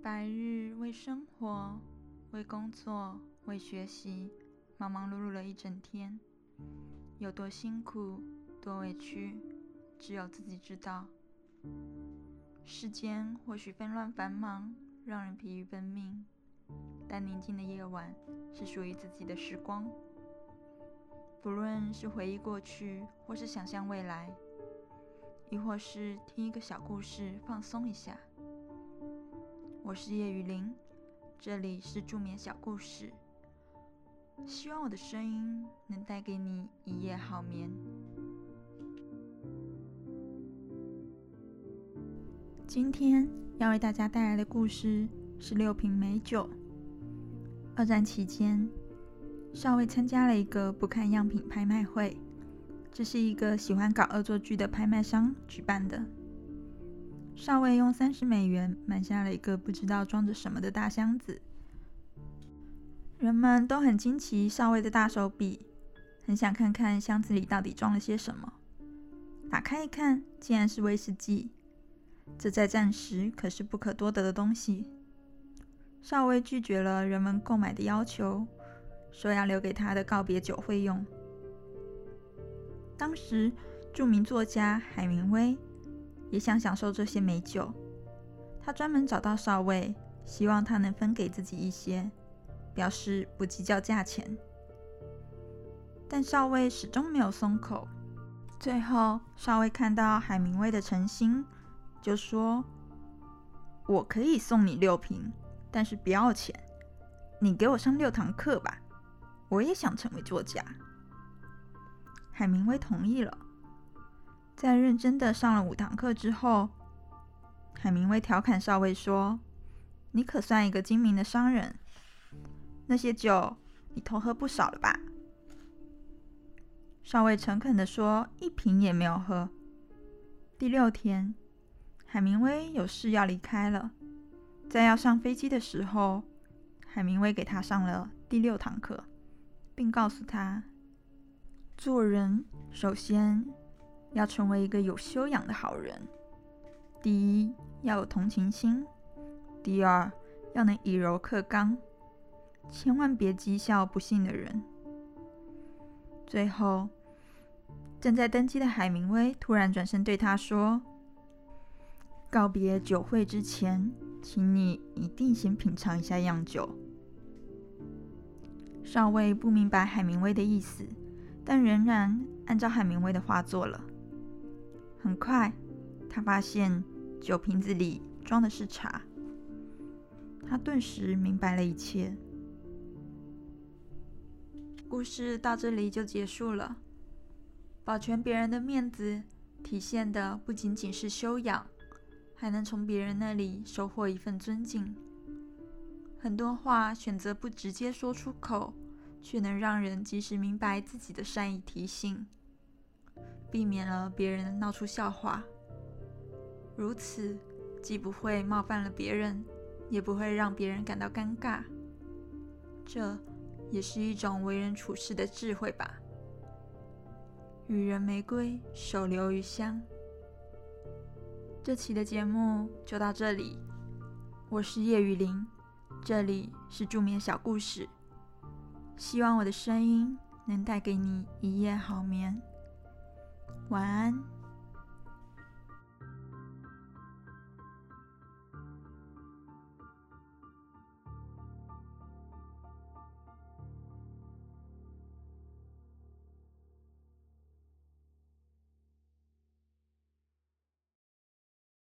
白日为生活、为工作、为学习，忙忙碌碌了一整天，有多辛苦、多委屈，只有自己知道。世间或许纷乱繁忙，让人疲于奔命，但宁静的夜晚是属于自己的时光。不论是回忆过去，或是想象未来，亦或是听一个小故事放松一下。我是叶雨林，这里是助眠小故事，希望我的声音能带给你一夜好眠。今天要为大家带来的故事是6瓶美酒。二战期间，少尉参加了一个不看样品拍卖会，这是一个喜欢搞恶作剧的拍卖商举办的。少尉用$30买下了一个不知道装着什么的大箱子。人们都很惊奇少尉的大手笔，很想看看箱子里到底装了些什么。打开一看，竟然是威士忌，这在战时可是不可多得的东西。少尉拒绝了人们购买的要求，说要留给他的告别酒会用。当时著名作家海明威也想享受这些美酒，他专门找到少尉，希望他能分给自己一些，表示不计较价钱。但少尉始终没有松口。最后少尉看到海明威的诚心，就说：我可以送你6瓶，但是不要钱，你给我上6堂课吧，我也想成为作家。海明威同意了。在认真的上了5堂课之后，海明威调侃少尉说：你可算一个精明的商人，那些酒你偷喝不少了吧？少尉诚恳地说：1瓶也没有喝。第6天，海明威有事要离开了，在要上飞机的时候，海明威给他上了第6堂课，并告诉他，做人首先要成为一个有修养的好人。第一，要有同情心；第二，要能以柔克刚，千万别讥笑不幸的人。最后，正在登机的海明威突然转身对他说：告别酒会之前，请你一定先品尝一下样酒。少尉不明白海明威的意思，但仍然按照海明威的话做了。很快，他发现酒瓶子里装的是茶，他顿时明白了一切。故事到这里就结束了。保全别人的面子，体现的不仅仅是修养，还能从别人那里收获一份尊敬。很多话选择不直接说出口，却能让人及时明白自己的善意提醒，避免了别人闹出笑话。如此，既不会冒犯了别人，也不会让别人感到尴尬。这也是一种为人处事的智慧吧。予人玫瑰，手留余香。这期的节目就到这里，我是叶雨林，这里是助眠小故事，希望我的声音能带给你一夜好眠。晚安。